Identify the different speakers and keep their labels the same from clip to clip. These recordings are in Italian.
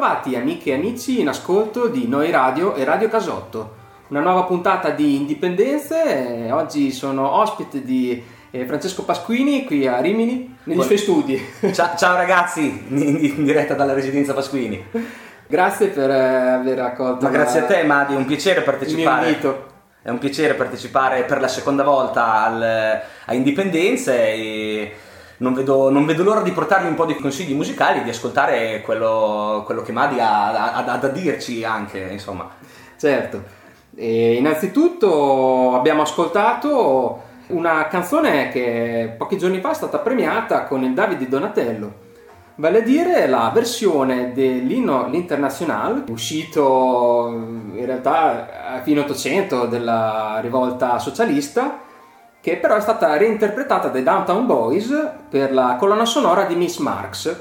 Speaker 1: bentrovati amiche e amici in ascolto di Noi Radio e Radio Casotto. Una nuova puntata di Indipendenze. Oggi sono ospite di Francesco Pasquini qui a Rimini, negli suoi studi.
Speaker 2: Ciao ragazzi, in diretta dalla residenza Pasquini.
Speaker 1: Grazie per aver accolto.
Speaker 2: Ma grazie a te, Madi, è un piacere partecipare.
Speaker 1: Il mio invito.
Speaker 2: È un piacere partecipare per la seconda volta a Indipendenze e non vedo l'ora di portarvi un po' di consigli musicali e di ascoltare quello che Madi ha da dirci anche, insomma.
Speaker 1: Certo. E innanzitutto abbiamo ascoltato una canzone che pochi giorni fa è stata premiata con il David di Donatello, vale a dire la versione dell'inno l'Internationale, uscito in realtà a fine Ottocento della rivolta socialista, che però è stata reinterpretata dai Downtown Boys per la colonna sonora di Miss Marx,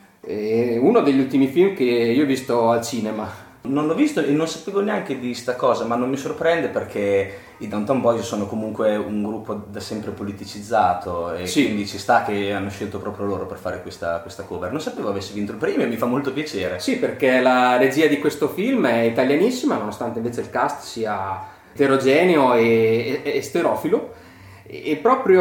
Speaker 1: uno degli ultimi film che io ho visto al cinema.
Speaker 2: Non l'ho visto e non sapevo neanche di sta cosa, ma non mi sorprende perché i Downtown Boys sono comunque un gruppo da sempre politicizzato e sì, quindi ci sta che hanno scelto proprio loro per fare questa cover. Non sapevo avesse vinto il premio e mi fa molto piacere.
Speaker 1: Sì, perché la regia di questo film è italianissima, nonostante invece il cast sia eterogeneo e esterofilo. E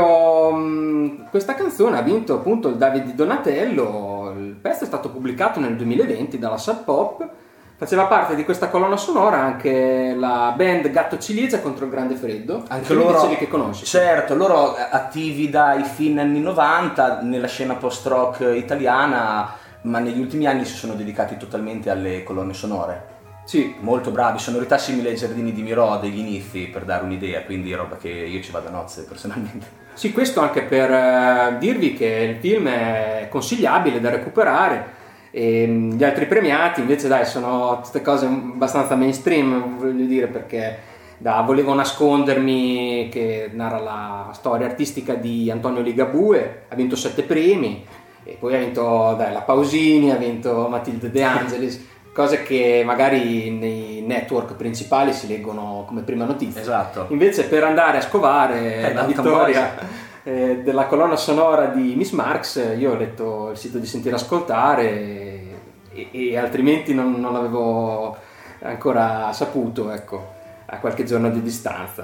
Speaker 1: proprio questa canzone ha vinto appunto il David di Donatello. Il pezzo è stato pubblicato nel 2020 dalla Sub Pop. Faceva parte di questa colonna sonora anche la band Gatto Ciliegia contro il Grande Freddo.
Speaker 2: Anche loro
Speaker 1: dicevi che conosci.
Speaker 2: Certo, loro attivi dai fine anni 90 nella scena post-rock italiana, ma negli ultimi anni si sono dedicati totalmente alle colonne sonore.
Speaker 1: Sì,
Speaker 2: molto bravi, sonorità simili ai Giardini di Miró degli inizi, per dare un'idea, quindi è roba che io ci vado a nozze personalmente.
Speaker 1: Sì, questo anche per dirvi che il film è consigliabile da recuperare. E gli altri premiati invece dai sono tutte cose abbastanza mainstream, voglio dire, perché Volevo nascondermi, che narra la storia artistica di Antonio Ligabue, ha vinto 7 premi, e poi ha vinto la Pausini, ha vinto Matilde De Angelis, cose che magari nei network principali si leggono come prima notizia.
Speaker 2: Esatto.
Speaker 1: Invece per andare a scovare la vittoria della colonna sonora di Miss Marx, io ho letto il sito di Sentire Ascoltare e altrimenti non l'avevo ancora saputo, ecco, a qualche giorno di distanza.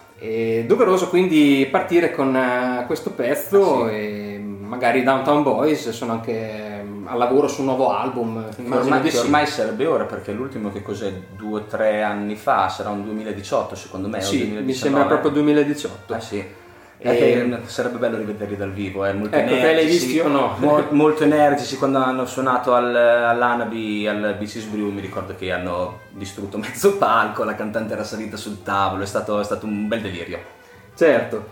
Speaker 1: È doveroso quindi partire con questo pezzo. Sì. E magari Downtown Boys sono anche al lavoro su un nuovo album.
Speaker 2: Ormai sarebbe ora, perché l'ultimo che cos'è, 2 o 3 anni fa, sarà un 2018 secondo me.
Speaker 1: Sì,
Speaker 2: 2019.
Speaker 1: Mi sembra proprio 2018.
Speaker 2: Sì. Sarebbe bello rivederli dal vivo, molto
Speaker 1: ecco,
Speaker 2: energici,
Speaker 1: l'hai visti o no?
Speaker 2: Molto energici. Quando hanno suonato all'Anabi, al Beaches Brew, mi ricordo che hanno distrutto mezzo palco, la cantante era salita sul tavolo, è stato un bel delirio.
Speaker 1: Certo,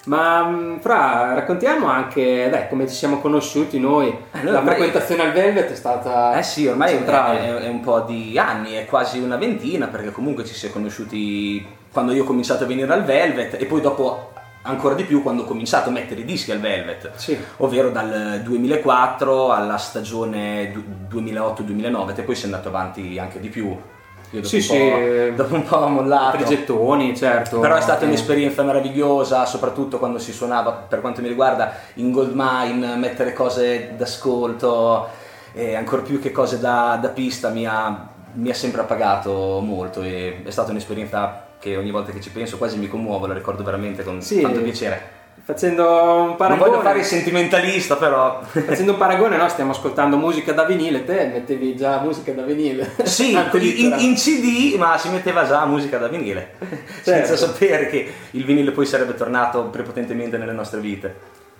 Speaker 1: ma Fra, raccontiamo anche come ci siamo conosciuti noi. La frequentazione al Velvet è stata
Speaker 2: sì, ormai
Speaker 1: centrale.
Speaker 2: È un po' di anni, è quasi una ventina, perché comunque ci si è conosciuti quando io ho cominciato a venire al Velvet e poi dopo ancora di più quando ho cominciato a mettere i dischi al Velvet,
Speaker 1: sì,
Speaker 2: ovvero dal 2004 alla stagione 2008-2009, e poi si è andato avanti anche di più. Io dopo un po' ho mollato.
Speaker 1: 3 gettoni, certo.
Speaker 2: Però è stata un'esperienza meravigliosa, soprattutto quando si suonava, per quanto mi riguarda, in Goldmine, mettere cose d'ascolto e ancor più che cose da pista mi ha sempre appagato molto, e è stata un'esperienza che ogni volta che ci penso quasi mi commuovo, la ricordo veramente con tanto piacere.
Speaker 1: Facendo un paragone,
Speaker 2: non voglio fare il sentimentalista, però
Speaker 1: facendo un paragone, no, stiamo ascoltando musica da vinile, te mettevi già musica da vinile?
Speaker 2: Sì, in CD, ma si metteva già musica da vinile, certo, senza sapere che il vinile poi sarebbe tornato prepotentemente nelle nostre vite.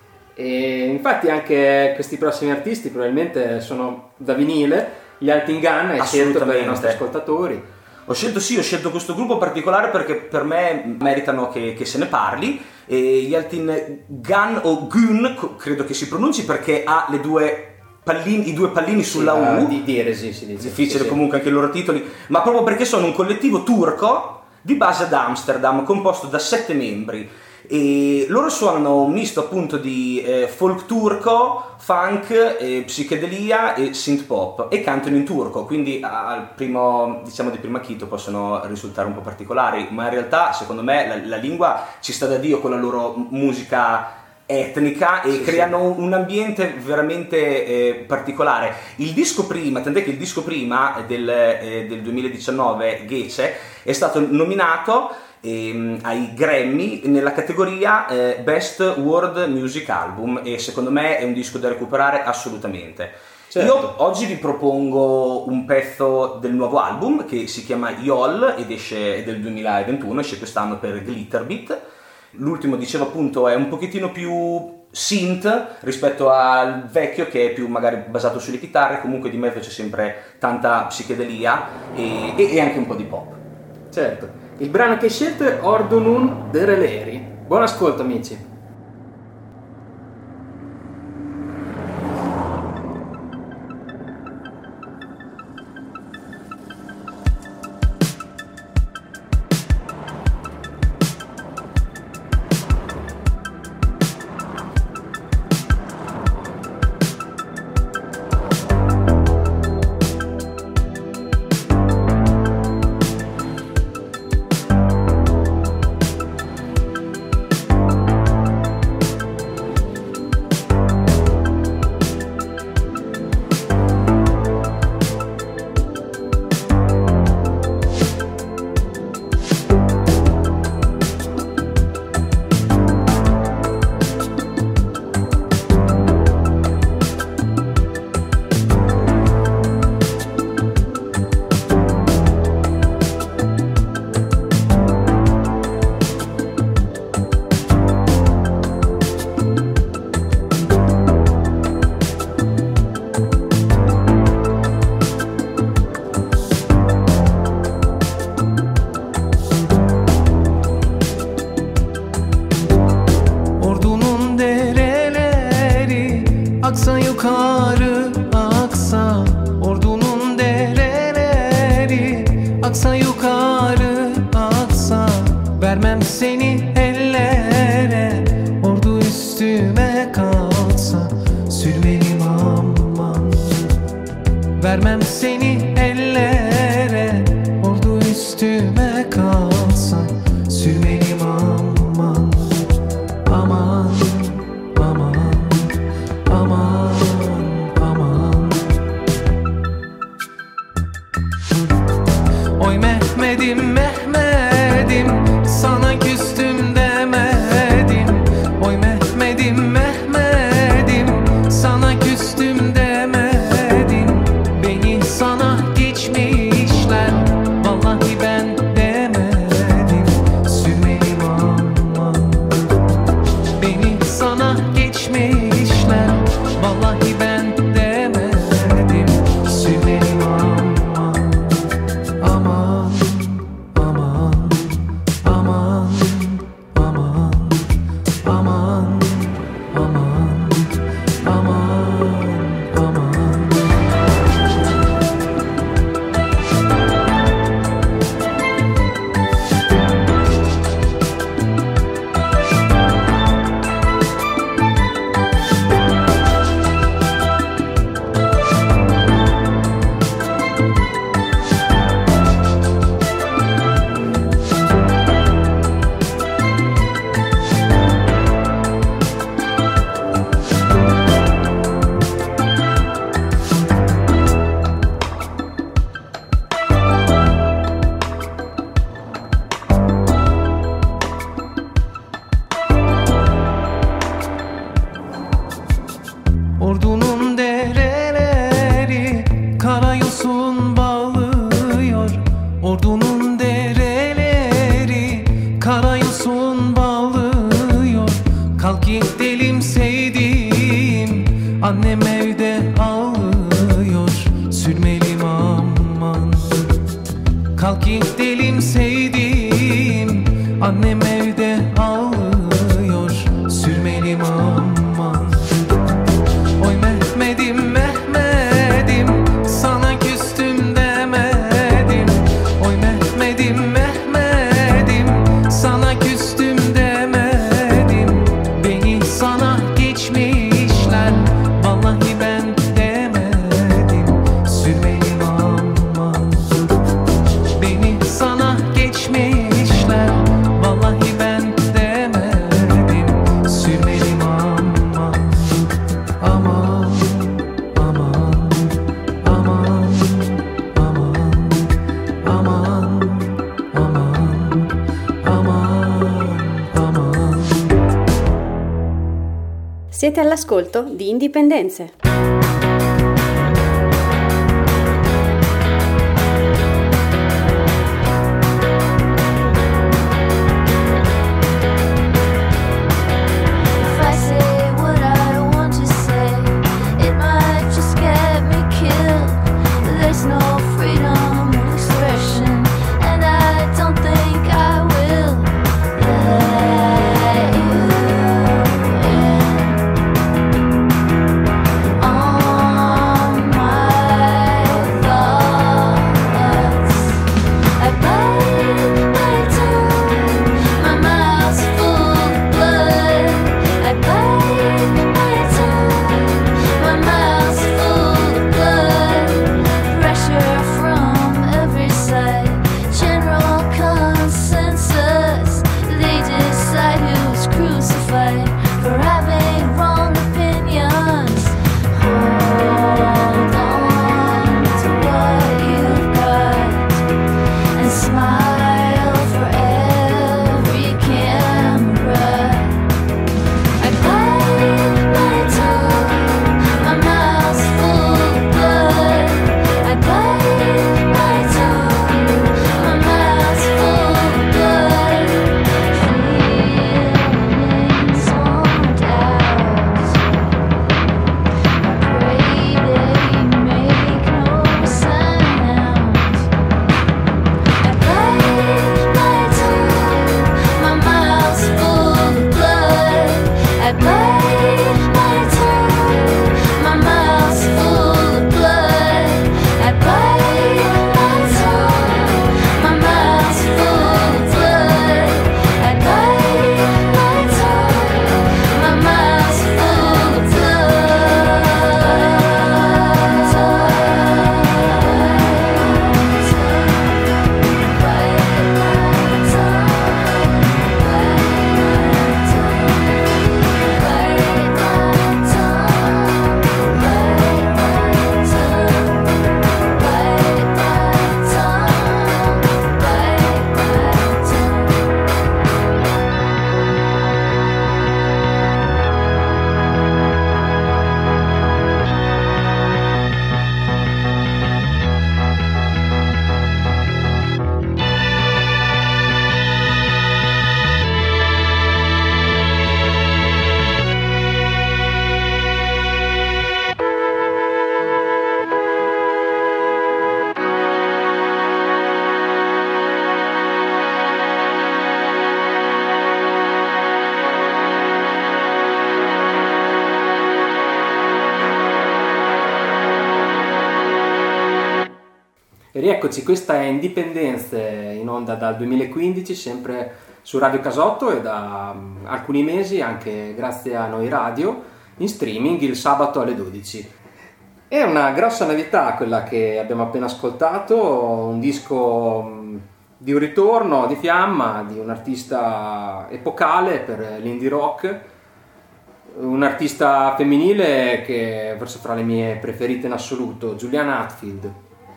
Speaker 1: E infatti anche questi prossimi artisti probabilmente sono da vinile. Gli Altin Gun hai scelto per i nostri ascoltatori.
Speaker 2: Ho scelto questo gruppo particolare perché per me meritano che se ne parli, e gli Altin Gun o Gun credo che si pronunci, perché ha i due pallini sulla U,
Speaker 1: di eresi si dice.
Speaker 2: Difficile comunque anche i loro titoli, ma proprio perché sono un collettivo turco di base ad Amsterdam, composto da 7 membri. E loro suonano un misto appunto di folk turco, funk, psichedelia e synth pop, e cantano in turco, quindi al primo, diciamo di primo acchito possono risultare un po' particolari, ma in realtà secondo me la lingua ci sta da Dio con la loro musica etnica e creano un ambiente veramente particolare. Il disco prima, tant'è che il disco prima del 2019, Gece, è stato nominato ai Grammy nella categoria Best World Music Album, e secondo me è un disco da recuperare assolutamente. Certo. Io oggi vi propongo un pezzo del nuovo album che si chiama YOL ed è del 2021, esce quest'anno per Glitterbeat. L'ultimo, dicevo appunto, è un pochettino più synth rispetto al vecchio, che è più magari basato sulle chitarre. Comunque di mezzo c'è sempre tanta psichedelia e anche un po' di pop.
Speaker 1: Certo. Il brano che hai scelto è Ordunun Dereleri. Buon ascolto, amici.
Speaker 3: Aksa yukarı aksa Ordunun dereleri Aksa yukarı aksa Vermem seni ellere Ordu üstüme kalsa Sürmelim aman Vermem seni ellere Ordu üstüme kalsa Sürmelim aman Aman aman aman aman Oy Mehmet'im Mehmet'im sana küstüm demedim Oy Mehmet'im Mehmet'im sana küstüm demedim Beni sana geçmişler vallahi ben demedim Sürmelim aman Beni sana geçmişler vallahi ben demedim Sürmelim aman Aman aman aman aman aman aman aman aman Ordunun dereleri karayosun bağlıyor Ordunun dereleri karayosun bağlıyor Kalk gidelim sevdiğim annem evde ağlıyor Sürmelim aman Kalk gidelim sevdiğim annem evde ağlıyor Sürmelim aman Oy Mehmet'im Mehmet'im sana küstüm demedim Oy Mehmet'im Mehmet'im sana küstüm demedim Beni sana geçmişler vallahi
Speaker 4: Siete all'ascolto di Indipendenze.
Speaker 1: E rieccoci, questa è Indipendenze, in onda dal 2015, sempre su Radio Casotto e da alcuni mesi anche grazie a Noi Radio, in streaming il sabato alle 12. È una grossa novità quella che abbiamo appena ascoltato, un disco di un ritorno di fiamma di un artista epocale per l'indie rock, un artista femminile che forse fra le mie preferite in assoluto, Juliana Hatfield.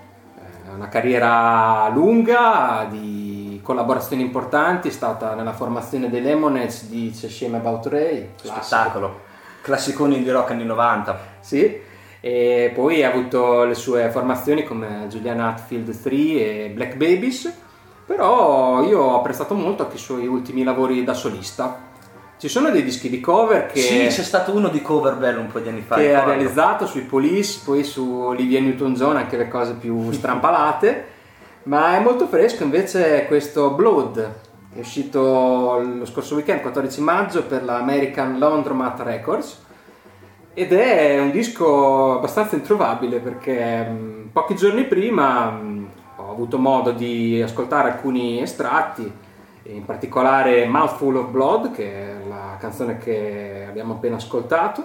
Speaker 1: Una carriera lunga di collaborazioni importanti, è stata nella formazione dei Lemonheads di C'è Shame About Ray,
Speaker 2: spettacolo, classiconi di rock anni 90.
Speaker 1: Sì, e poi ha avuto le sue formazioni come Juliana Hatfield 3 e Black Babies, però io ho apprezzato molto anche i suoi ultimi lavori da solista. Ci sono dei dischi di cover che...
Speaker 2: Sì, c'è stato uno di cover bello un po' di anni fa.
Speaker 1: Che ha realizzato sui Police, poi su Olivia Newton-John, anche le cose più strampalate. Ma è molto fresco invece questo Blood, che è uscito lo scorso weekend, 14 maggio, per la American Laundromat Records. Ed è un disco abbastanza introvabile perché pochi giorni prima ho avuto modo di ascoltare alcuni estratti, in particolare Mouthful of Blood, che è la canzone che abbiamo appena ascoltato,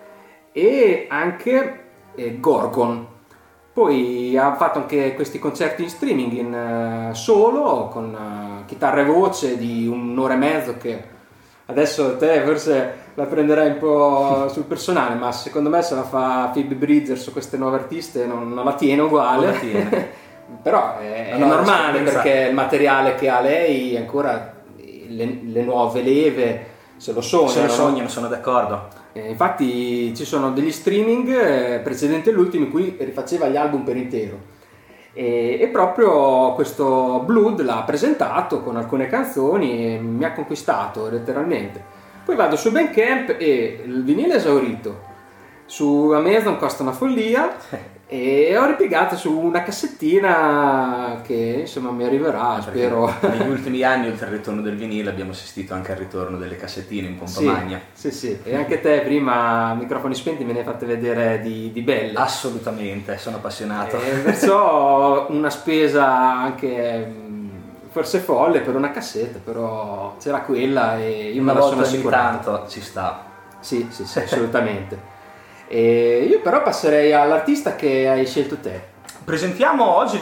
Speaker 1: e anche Gorgon. Poi ha fatto anche questi concerti in streaming in solo, con chitarra e voce di un'ora e mezzo, che adesso te forse la prenderai un po' sul personale, ma secondo me se la fa Phoebe Bridgers su queste nuove artiste non la tiene uguale.
Speaker 2: Non la tiene.
Speaker 1: Però è normale, perché il materiale che ha lei ancora le nuove leve se lo sognano.
Speaker 2: Sono d'accordo.
Speaker 1: Infatti ci sono degli streaming precedenti all'ultimo in cui rifaceva gli album per intero. E proprio questo Blood l'ha presentato con alcune canzoni e mi ha conquistato letteralmente. Poi vado su Bandcamp e il vinile è esaurito. Su Amazon costa una follia e ho ripiegato su una cassettina che insomma mi arriverà, spero.
Speaker 2: Negli ultimi anni, oltre al ritorno del vinile, abbiamo assistito anche al ritorno delle cassettine in pompa magna.
Speaker 1: Sì, e anche te prima a microfoni spenti me ne hai fatte vedere di belle.
Speaker 2: Assolutamente, sono appassionato.
Speaker 1: Perciò una spesa anche forse folle per una cassetta, però c'era quella e io me la sono assicurata.
Speaker 2: Tanto ci sta.
Speaker 1: Sì, assolutamente. E io però passerei all'artista che hai scelto te.
Speaker 2: Presentiamo oggi,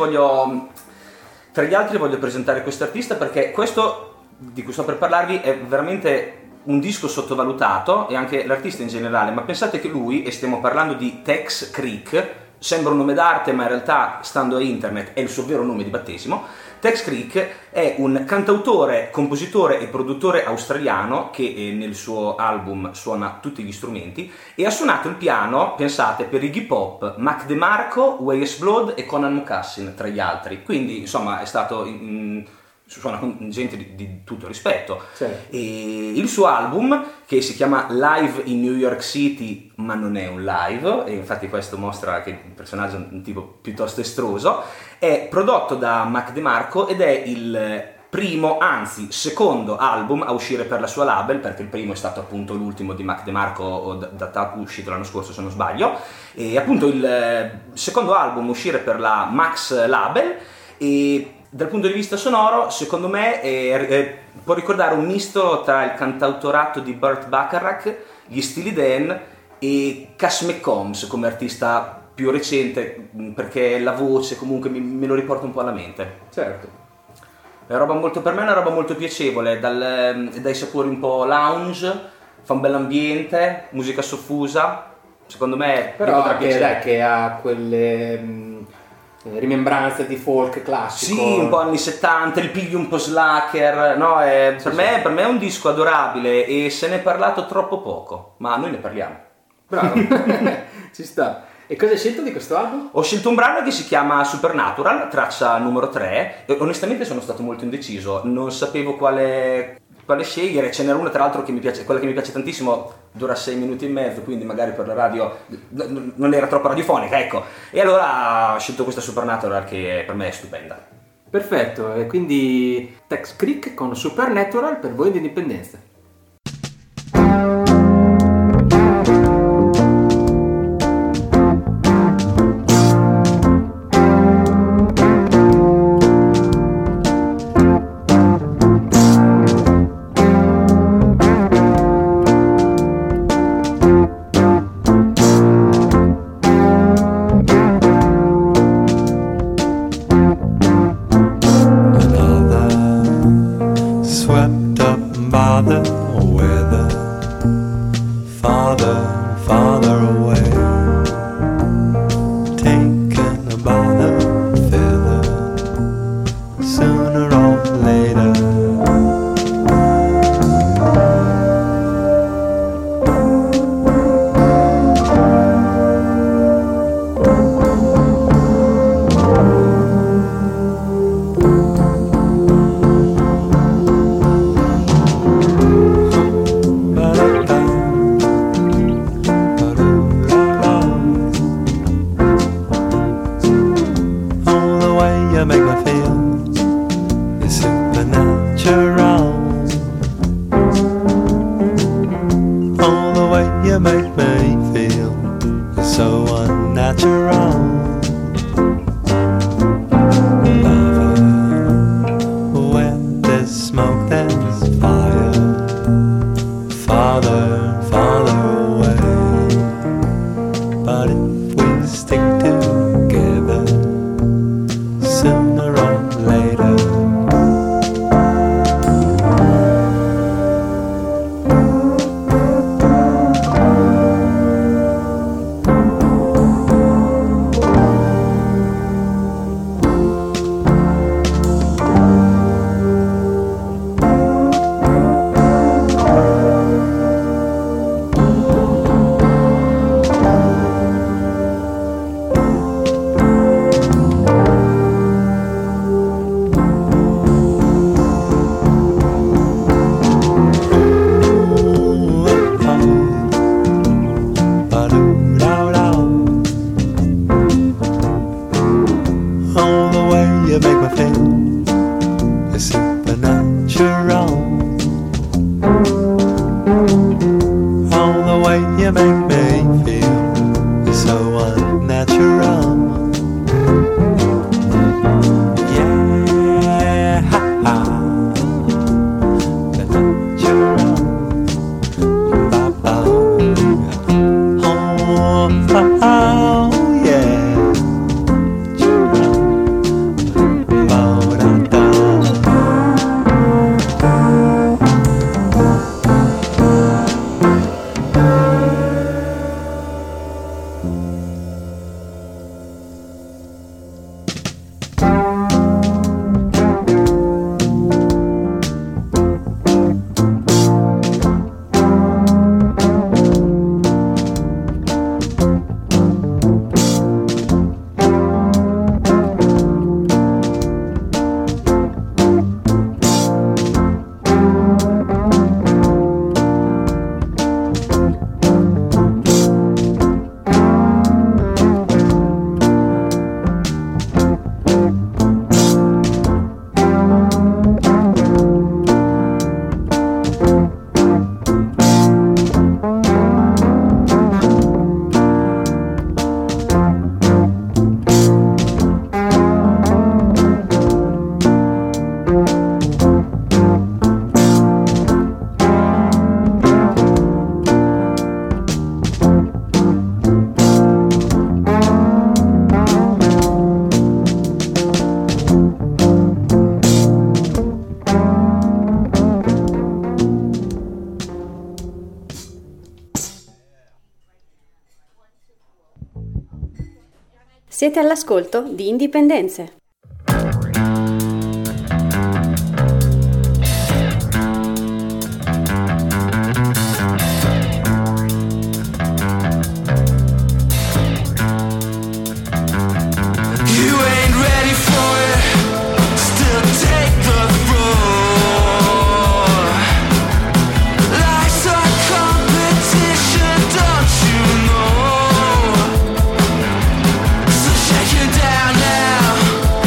Speaker 2: tra gli altri voglio presentare questo artista perché questo di cui sto per parlarvi è veramente un disco sottovalutato, e anche l'artista in generale, ma pensate che lui, e stiamo parlando di Tex Creek, sembra un nome d'arte ma in realtà, stando a internet, è il suo vero nome di battesimo. Tex Creek è un cantautore, compositore e produttore australiano che nel suo album suona tutti gli strumenti e ha suonato il piano, pensate, per Iggy Pop, Mac DeMarco, Weyes Blood e Conan Mocassin tra gli altri. Quindi insomma è stato suona con gente di tutto rispetto.
Speaker 1: Certo.
Speaker 2: E il suo album, che si chiama Live in New York City, ma non è un live, e infatti questo mostra che il personaggio è un tipo piuttosto estroso, è prodotto da Mac DeMarco ed è il primo, anzi secondo album a uscire per la sua label, perché il primo è stato appunto l'ultimo di Mac DeMarco, uscito l'anno scorso se non sbaglio, e appunto il secondo album a uscire per la Max Label. E dal punto di vista sonoro, secondo me, può ricordare un misto tra il cantautorato di Burt Bacharach, gli Steely Dan e Cass McCombs come artista più recente, perché la voce comunque me lo riporta un po' alla mente.
Speaker 1: Certo.
Speaker 2: Per me è una roba molto piacevole, dai sapori un po' lounge, fa un bell'ambiente, musica soffusa, secondo me
Speaker 1: però che ha quelle rimembranze di folk classico.
Speaker 2: Sì, un po' anni 70, il piglio un po' slacker, no? Per me è un disco adorabile e se ne è parlato troppo poco, ma noi ne parliamo.
Speaker 1: Bravo, ci sta. E cosa hai scelto di questo album?
Speaker 2: Ho scelto un brano che si chiama Supernatural, traccia numero 3, e onestamente sono stato molto indeciso, non sapevo quale scegliere. Ce n'era una tra l'altro che mi piace, quella che mi piace tantissimo, dura 6 minuti e mezzo, quindi magari per la radio non era troppo radiofonica, ecco, e allora ho scelto questa Supernatural che per me è stupenda.
Speaker 1: Perfetto, e quindi Tex Creek con Supernatural per voi di Indipendenza.
Speaker 3: may feel is so unnatural. Yeah, the natural. Ba-ba. Oh, yeah. Ba-da-da.
Speaker 4: Siete all'ascolto di Indipendenze.
Speaker 5: Down now.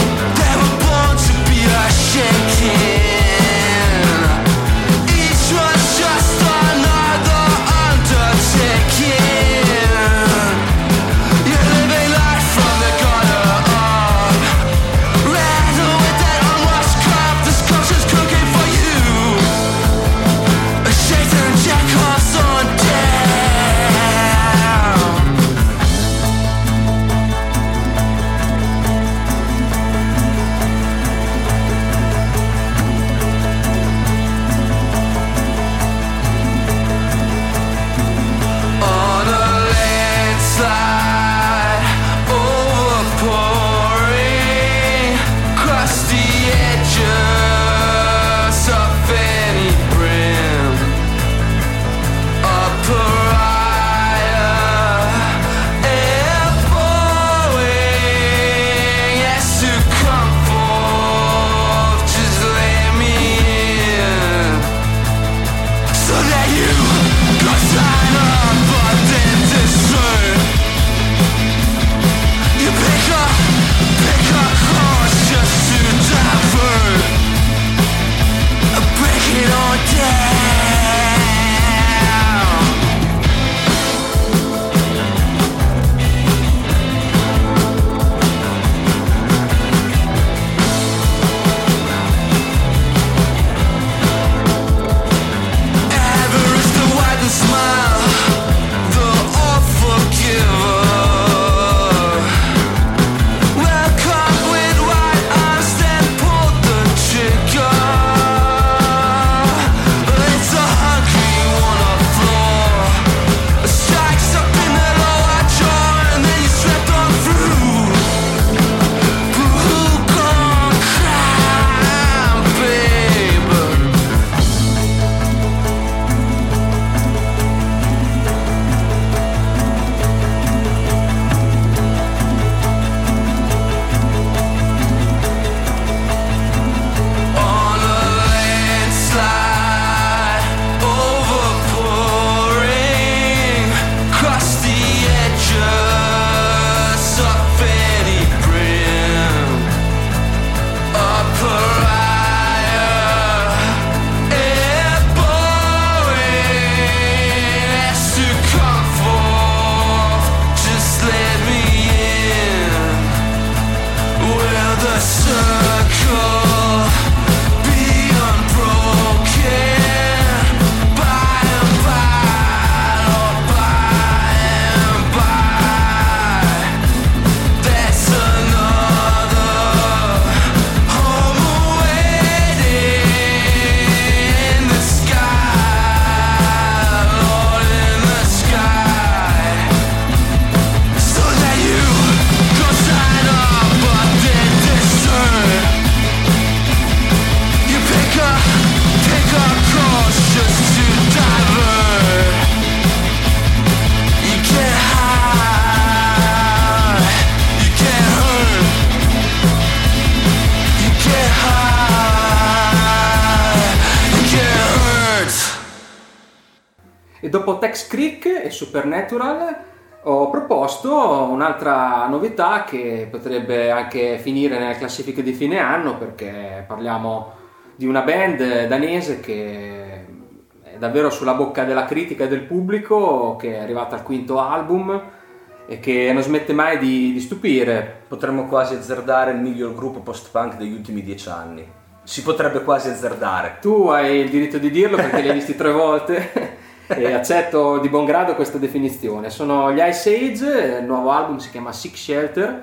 Speaker 1: dopo Tex Creek e Supernatural ho proposto un'altra novità che potrebbe anche finire nelle classifiche di fine anno, perché parliamo di una band danese che è davvero sulla bocca della critica e del pubblico, che è arrivata al 5º album e che non smette mai di stupire.
Speaker 2: Potremmo quasi azzardare il miglior gruppo post-punk degli ultimi 10 anni. Si potrebbe quasi azzardare.
Speaker 1: Tu hai il diritto di dirlo perché li hai visti 3 volte e accetto di buon grado questa definizione. Sono gli Ice Age, il nuovo album si chiama Sick Shelter,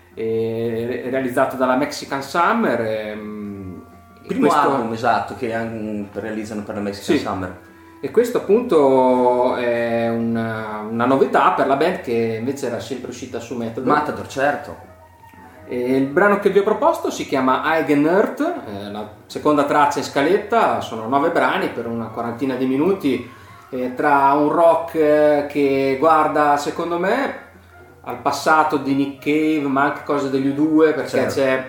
Speaker 1: realizzato dalla Mexican Summer.
Speaker 2: Primo album, esatto, che realizzano per la Mexican Summer.
Speaker 1: E questo appunto è una novità per la band, che invece era sempre uscita su
Speaker 2: Matador, certo.
Speaker 1: E il brano che vi ho proposto si chiama Eigen Earth, la seconda traccia in scaletta. Sono 9 brani per una quarantina di minuti, tra un rock che guarda, secondo me, al passato di Nick Cave, ma anche cose degli U2, perché c'è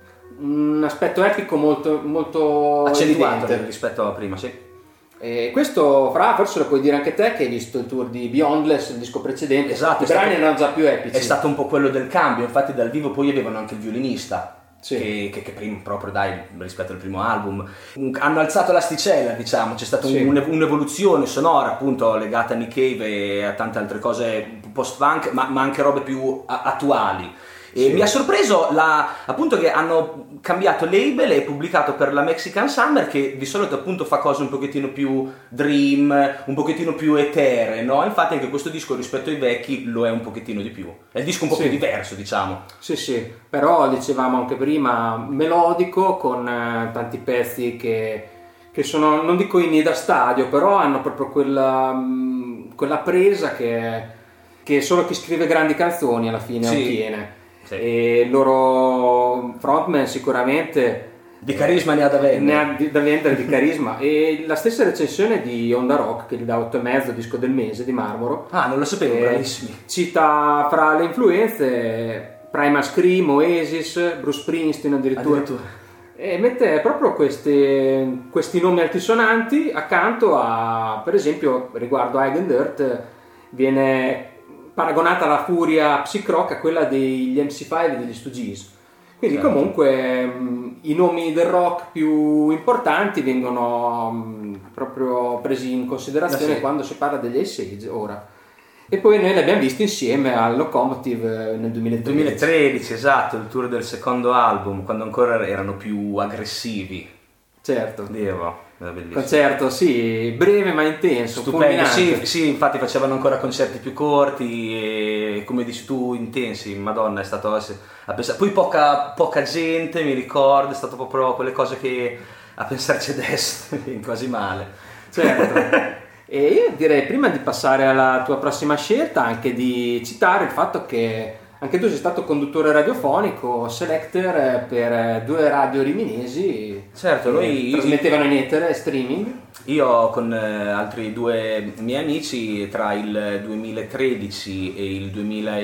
Speaker 1: un aspetto epico molto
Speaker 2: accentuato
Speaker 1: evidente
Speaker 2: rispetto a prima, sì.
Speaker 1: E questo, Fra, forse lo puoi dire anche te, che hai visto il tour di Beyondless, il disco precedente.
Speaker 2: Esatto,
Speaker 1: i brani erano già più epici.
Speaker 2: È stato un po' quello del cambio, infatti dal vivo poi avevano anche il violinista.
Speaker 1: Sì.
Speaker 2: Che prima, proprio rispetto al primo album, hanno alzato l'asticella, diciamo. C'è stata un'evoluzione sonora appunto legata a Nick Cave e a tante altre cose post-punk, ma anche robe più attuali. E mi ha sorpreso appunto che hanno cambiato label e pubblicato per la Mexican Summer, che di solito appunto fa cose un pochettino più dream, un pochettino più eteree, no? Infatti anche questo disco rispetto ai vecchi lo è un pochettino di più. È il disco un po' più diverso, diciamo.
Speaker 1: Sì, però dicevamo anche prima melodico, con tanti pezzi che sono, non dico inni da stadio, però hanno proprio quella presa che solo chi scrive grandi canzoni alla fine ottiene.
Speaker 2: Sì.
Speaker 1: E il loro frontman sicuramente
Speaker 2: di carisma ne ha da vendere.
Speaker 1: Di carisma. E la stessa recensione di Onda Rock, che gli dà 8,5, disco del mese, di Marlboro,
Speaker 2: non lo sapevo, bravissimi,
Speaker 1: cita fra le influenze Primal Scream, Oasis, Bruce Springsteen addirittura. E mette proprio questi nomi altisonanti accanto a, per esempio, riguardo Eigen Earth, viene paragonata la furia psych rock a quella degli MC5 e degli Stooges. Quindi comunque i nomi del rock più importanti vengono proprio presi in considerazione quando si parla degli Ice Age ora. E poi noi li abbiamo visti insieme al Locomotive nel
Speaker 2: 2013, esatto, il tour del secondo album, quando ancora erano più aggressivi.
Speaker 1: Certo.
Speaker 2: Concerto,
Speaker 1: breve ma intenso,
Speaker 2: stupendo. Sì, infatti facevano ancora concerti più corti e, come dici tu, intensi. Madonna, è stato poi poca gente, mi ricordo, è stato proprio quelle cose che a pensarci adesso quasi male.
Speaker 1: Certo. E io direi, prima di passare alla tua prossima scelta, anche di citare il fatto che anche tu sei stato conduttore radiofonico, selector per 2 radio riminesi.
Speaker 2: Certo, noi
Speaker 1: trasmettevano in etere e streaming.
Speaker 2: Io con altri 2 miei amici tra il 2013 e il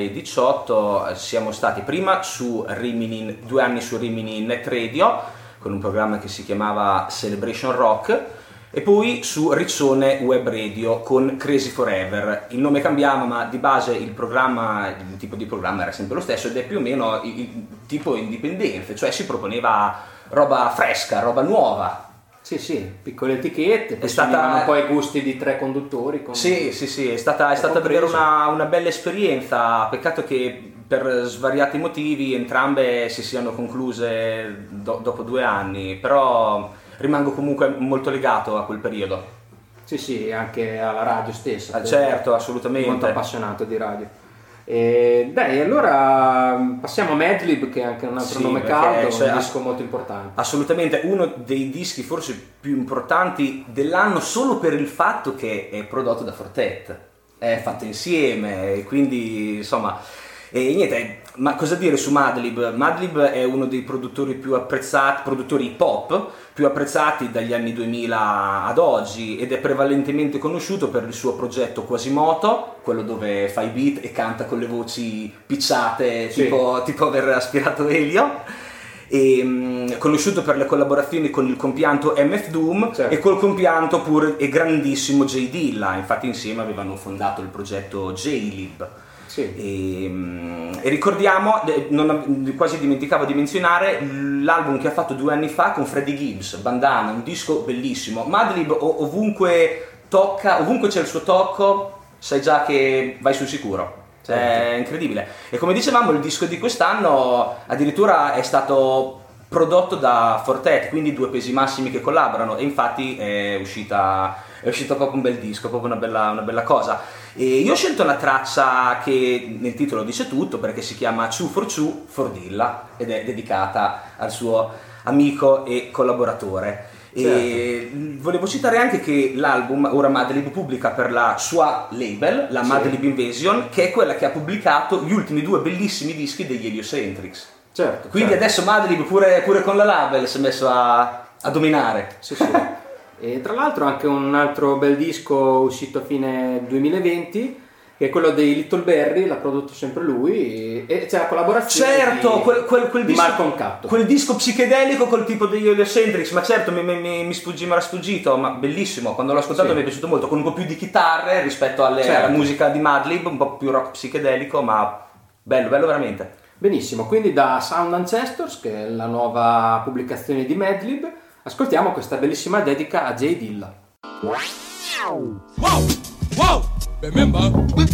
Speaker 2: 2018 siamo stati prima su Rimini, 2 anni su Rimini Net Radio con un programma che si chiamava Celebration Rock, e poi su Riccione Web Radio con Crazy Forever. Il nome cambiava, ma di base il tipo di programma era sempre lo stesso, ed è più o meno il tipo indipendente, cioè si proponeva roba fresca, roba nuova.
Speaker 1: Sì, piccole etichette, poi venivano poi i gusti di 3 conduttori.
Speaker 2: Sì, è stata davvero una bella esperienza. Peccato che per svariati motivi entrambe si siano concluse dopo 2 anni, però rimango comunque molto legato a quel periodo.
Speaker 1: Sì, anche alla radio stessa.
Speaker 2: Certo, assolutamente.
Speaker 1: Molto appassionato di radio. Dai, allora passiamo a Madlib, che è anche un altro nome caldo, un disco molto importante.
Speaker 2: Assolutamente, uno dei dischi forse più importanti dell'anno, solo per il fatto che è prodotto da Fortet, è fatto insieme, quindi insomma. E niente, ma cosa dire su Madlib? Madlib è uno dei produttori più apprezzati, produttori pop più apprezzati dagli anni 2000 ad oggi, ed è prevalentemente conosciuto per il suo progetto Quasimoto, quello dove fa i beat e canta con le voci picciate, tipo aver aspirato Elio. e conosciuto per le collaborazioni con il compianto MF Doom,
Speaker 1: certo,
Speaker 2: e col compianto pure e grandissimo J Dilla. Infatti insieme avevano fondato il progetto J-Lib.
Speaker 1: Sì.
Speaker 2: E ricordiamo, quasi dimenticavo di menzionare l'album che ha fatto 2 anni fa con Freddie Gibbs, Bandana, un disco bellissimo. Madlib ovunque tocca, ovunque c'è il suo tocco, sai già che vai sul sicuro.
Speaker 1: Certo.
Speaker 2: È incredibile. E come dicevamo, il disco di quest'anno addirittura è stato prodotto da Fortet, quindi 2 pesi massimi che collaborano, e infatti è uscito proprio un bel disco, proprio una bella cosa. E io ho scelto una traccia che nel titolo dice tutto, perché si chiama Two for Dilla ed è dedicata al suo amico e collaboratore.
Speaker 1: Certo.
Speaker 2: E volevo citare anche che l'album ora Madlib pubblica per la sua label, la Madlib Invasion, che è quella che ha pubblicato gli ultimi 2 bellissimi dischi degli Heliocentrics.
Speaker 1: Certo.
Speaker 2: Quindi adesso Madlib pure con la label si è messo a dominare.
Speaker 1: Sì, sì. E tra l'altro anche un altro bel disco uscito a fine 2020, che è quello dei Little Berry, l'ha prodotto sempre lui, e c'è la collaborazione
Speaker 2: certo, quel
Speaker 1: di
Speaker 2: disco,
Speaker 1: Malcolm Catto.
Speaker 2: quel disco psichedelico col tipo degli Heliocentrics, ma certo mi era sfuggito, ma bellissimo, quando l'ho ascoltato
Speaker 1: Sì.
Speaker 2: mi è piaciuto molto, con un po' più di chitarre rispetto alla
Speaker 1: Certo.
Speaker 2: musica di Madlib, un po' più rock psichedelico, ma bello veramente.
Speaker 1: Benissimo, quindi da Sound Ancestors, che è la nuova pubblicazione di Madlib, ascoltiamo questa bellissima dedica a J Dilla.
Speaker 5: Whoa, whoa, remember.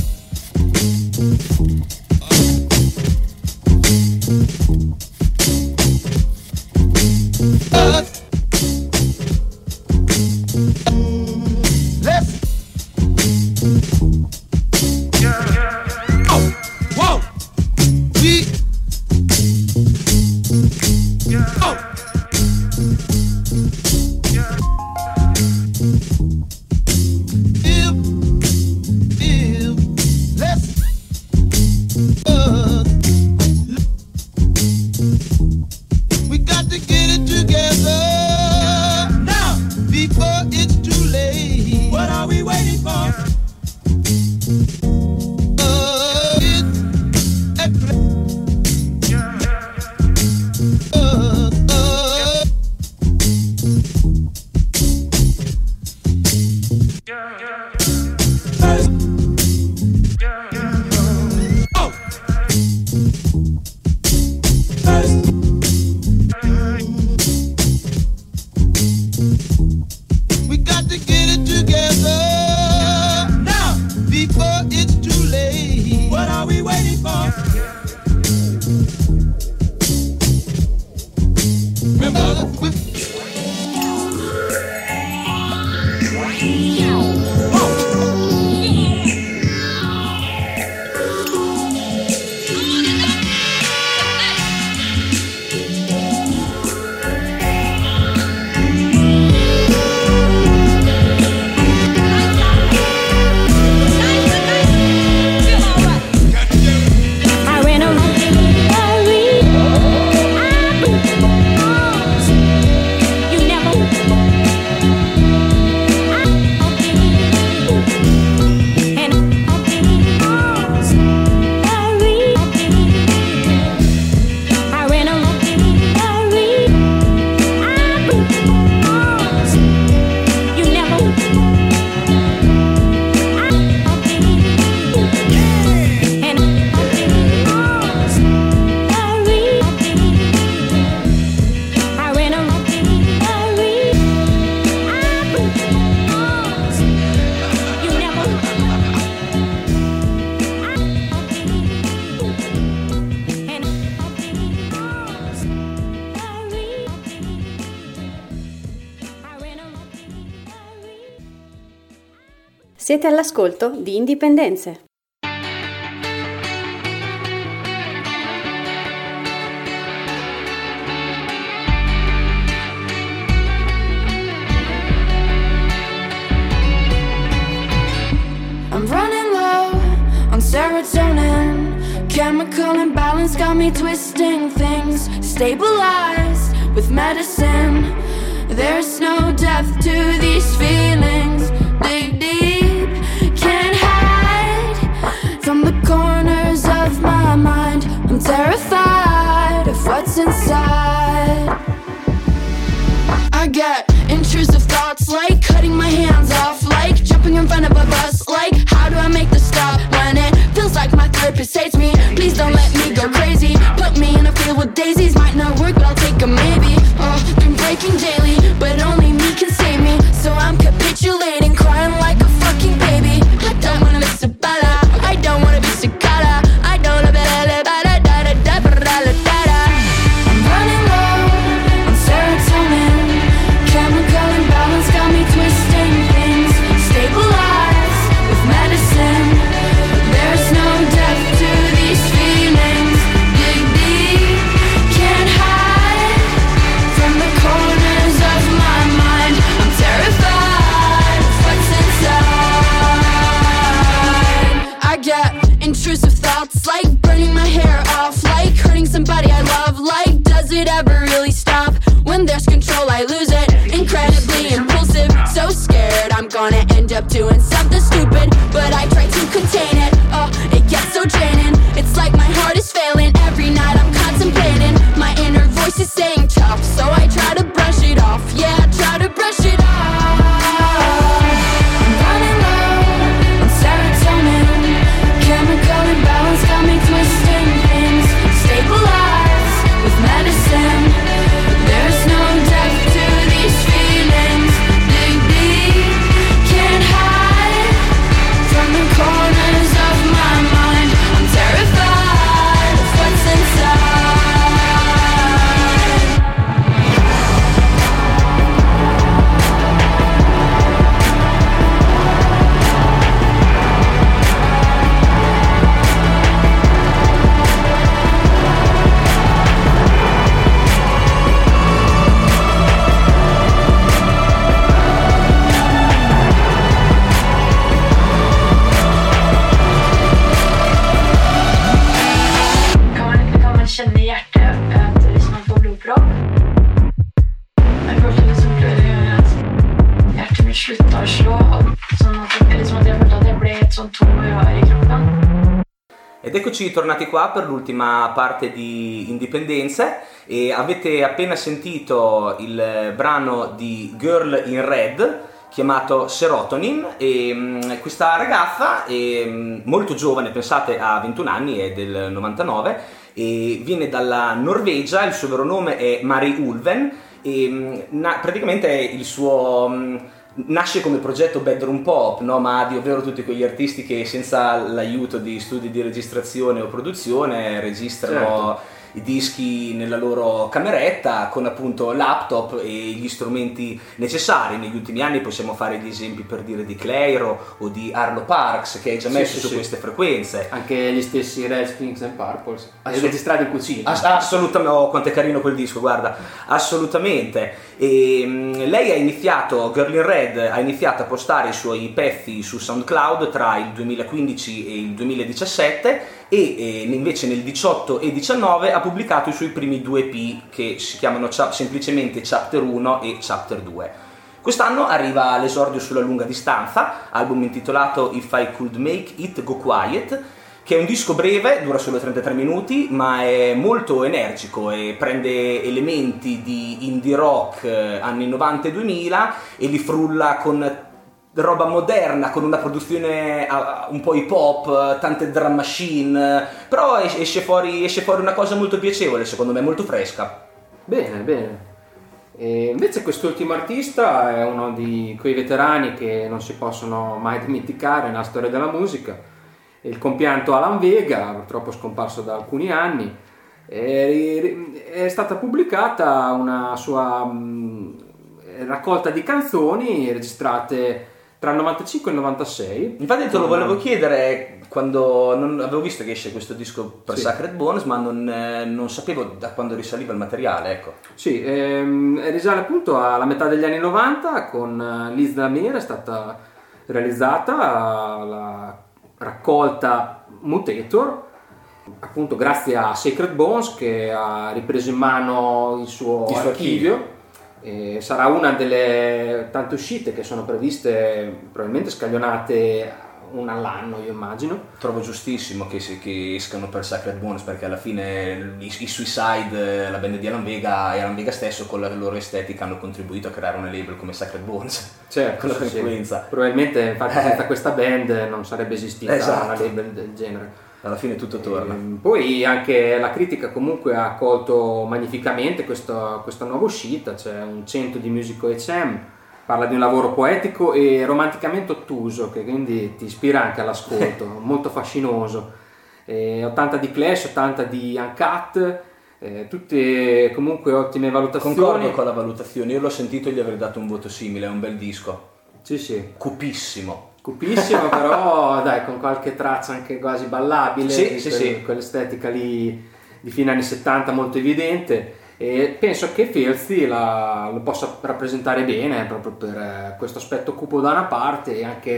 Speaker 4: Siete all'ascolto di Indipendenze.
Speaker 6: I'm running low on serotonin. Chemical imbalance got me twisting things. Stabilized with medicine. There's no depth to these feelings. Dig deep, can't hide from the corners of my mind. I'm terrified of what's inside. It's like burning my hair off, like hurting somebody I love. Like, does it ever really stop? When there's control, I lose it. Incredibly impulsive, so scared I'm gonna end up doing something stupid. But I try to contain it, oh, it gets so draining. It's like my heart is failing, every night I'm contemplating. My inner voice is saying tough, so I try to brush it off. Yeah, I try to brush it off. I'm running low on serotonin. Chemical imbalance got me twisting things. Stabilized with medicine. There's no depth to these feelings. Baby, can't hide from the corners of my mind. I'm terrified of what's inside.
Speaker 7: Kan man känna i hjärtat att hvis man får blodpropp. Men först så att hjärtat mitt slutar slå och sånn at det som att jag følte at det ble et sånt tom rør i kroppen.
Speaker 2: Ed eccoci tornati qua per l'ultima parte di Indipendenze e avete appena sentito il brano di Girl in Red chiamato Serotonin e questa ragazza è molto giovane, pensate ha 21 anni, è del 99 e viene dalla Norvegia, il suo vero nome è Mari Ulven e praticamente il suo nasce come progetto bedroom pop, nomadi, ovvero tutti quegli artisti che senza l'aiuto di studi di registrazione o produzione registrano i dischi nella loro cameretta con appunto laptop e gli strumenti necessari. Negli ultimi anni possiamo fare gli esempi per dire di Clairo o di Arlo Parks che hai già messo su queste frequenze.
Speaker 1: Anche gli stessi Red Springs and Purples registrati in cucina.
Speaker 2: Assolutamente, oh, quanto è carino quel disco, guarda, assolutamente. E lei ha iniziato, Girl in Red ha iniziato a postare i suoi pezzi su SoundCloud tra il 2015 e il 2017 e invece nel 18 e 19 ha pubblicato i suoi primi 2 EP che si chiamano semplicemente Chapter 1 e Chapter 2. Quest'anno arriva l'esordio sulla lunga distanza, album intitolato If I Could Make It Go Quiet, che è un disco breve, dura solo 33 minuti, ma è molto energico e prende elementi di indie rock anni 90 e 2000 e li frulla con roba moderna, con una produzione un po' hip hop, tante drum machine, però esce fuori una cosa molto piacevole, secondo me, molto fresca.
Speaker 1: Bene, bene. E invece quest'ultimo artista è uno di quei veterani che non si possono mai dimenticare nella storia della musica. Il compianto Alan Vega, purtroppo scomparso da alcuni anni, è stata pubblicata una sua raccolta di canzoni registrate tra il 95 e il 96.
Speaker 2: Infatti te lo volevo chiedere quando non avevo visto che esce questo disco per Sacred Bones, ma non sapevo da quando risaliva il materiale, ecco.
Speaker 1: Sì, risale appunto alla metà degli anni 90 con Liz Lamere, è stata realizzata la raccolta Mutator, appunto grazie a Sacred Bones che ha ripreso in mano il suo archivio. E sarà una delle tante uscite che sono previste, probabilmente scaglionate una all'anno, io immagino.
Speaker 2: Trovo giustissimo che escano per Sacred Bones, perché alla fine i Suicide, la band di Alan Vega e Alan Vega stesso con la loro estetica hanno contribuito a creare una label come Sacred Bones.
Speaker 1: Certo,
Speaker 2: con la frequenza.
Speaker 1: Sì. Probabilmente infatti senza questa band non sarebbe esistita una label del genere.
Speaker 2: Alla fine tutto torna.
Speaker 1: Poi anche la critica comunque ha accolto magnificamente questa nuova uscita, c'è un 100 di Musico ECM, parla di un lavoro poetico e romanticamente ottuso, che quindi ti ispira anche all'ascolto, molto fascinoso. 80 di Clash, 80 di Uncut, tutte comunque ottime valutazioni.
Speaker 2: Concordo con la valutazione, io l'ho sentito e gli avrei dato un voto simile, è un bel disco.
Speaker 1: Sì.
Speaker 2: Cupissimo,
Speaker 1: però dai, con qualche traccia anche quasi ballabile,
Speaker 2: sì.
Speaker 1: Quell'estetica lì di fine anni 70 molto evidente, e penso che Filthy lo possa rappresentare bene proprio per questo aspetto cupo da una parte e anche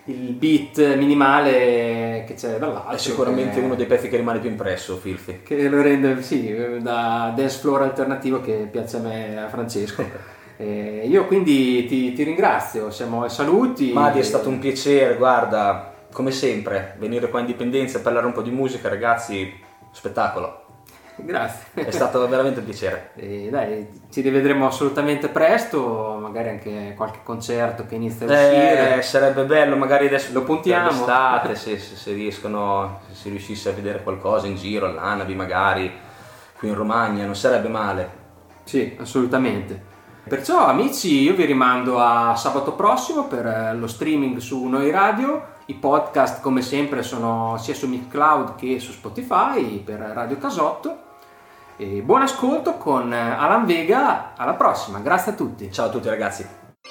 Speaker 1: il beat minimale che c'è dall'altro.
Speaker 2: È sicuramente uno dei pezzi che rimane più impresso, Filthy.
Speaker 1: Che lo rende, sì, da dance floor alternativo che piace a me, a Francesco. Io quindi ti ringrazio, siamo ai saluti.
Speaker 2: Madi, è stato un piacere, guarda, come sempre, venire qua a Indipendenza e parlare un po' di musica, ragazzi, spettacolo.
Speaker 1: Grazie.
Speaker 2: È stato veramente un piacere.
Speaker 1: Dai, ci rivedremo assolutamente presto, magari anche qualche concerto che inizia a uscire.
Speaker 2: Sarebbe bello, magari adesso
Speaker 1: lo puntiamo.
Speaker 2: L'estate, se riescono, se si riuscisse a vedere qualcosa in giro, all'Anabi magari, qui in Romagna, non sarebbe male.
Speaker 1: Sì, assolutamente. Perciò amici, io vi rimando a sabato prossimo per lo streaming su Noi Radio. I podcast come sempre sono sia su Mixcloud che su Spotify per Radio Casotto. E buon ascolto con Alan Vega, alla prossima, grazie a tutti.
Speaker 2: Ciao a tutti ragazzi.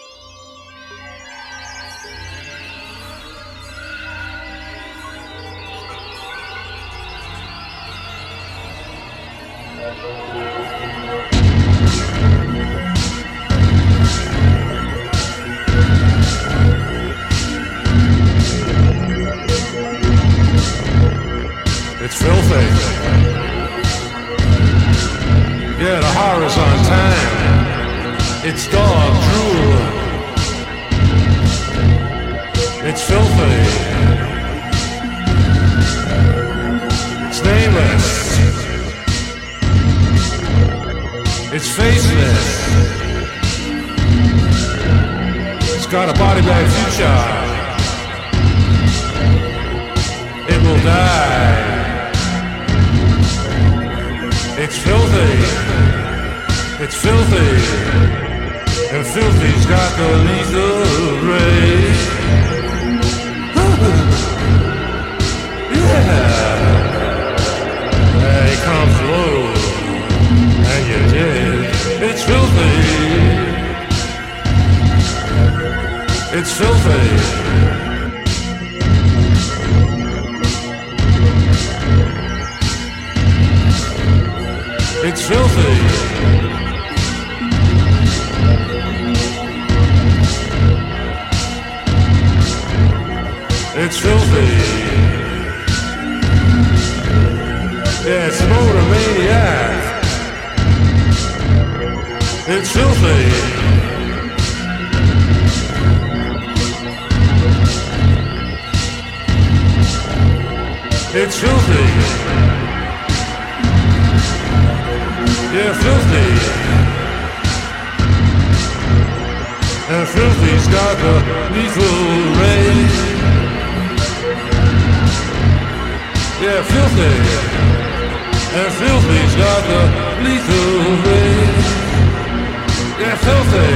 Speaker 8: It's filthy. Yeah, the horror's on time. It's dog drool. It's filthy. It's nameless. It's faceless. It's got a body bag future. It will die. It's filthy, it's filthy, and filthy's got the lethal ray. Yeah, he comes low, and you're dead. It's filthy, it's filthy. It's filthy. It's filthy. Yeah, it's a motor maniac. It's filthy. It's filthy. Yeah, filthy. And filthy's got the lethal ray. Yeah, filthy. And filthy's got the lethal ray. Yeah, filthy.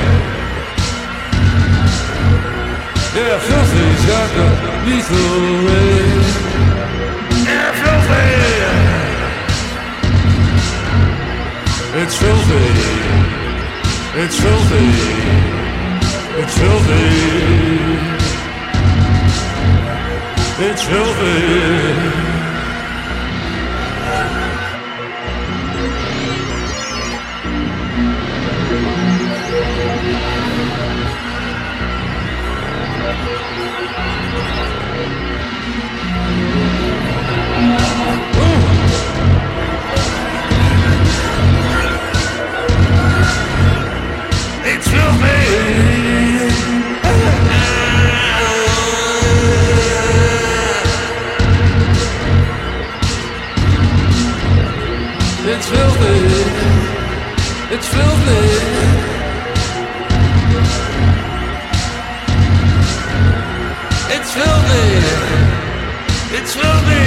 Speaker 8: Yeah, filthy's got the lethal ray. Yeah, filthy. It's filthy, it's filthy, it's filthy, it's filthy. It's filthy. It's filthy. It's filthy. It's filthy. It's filthy.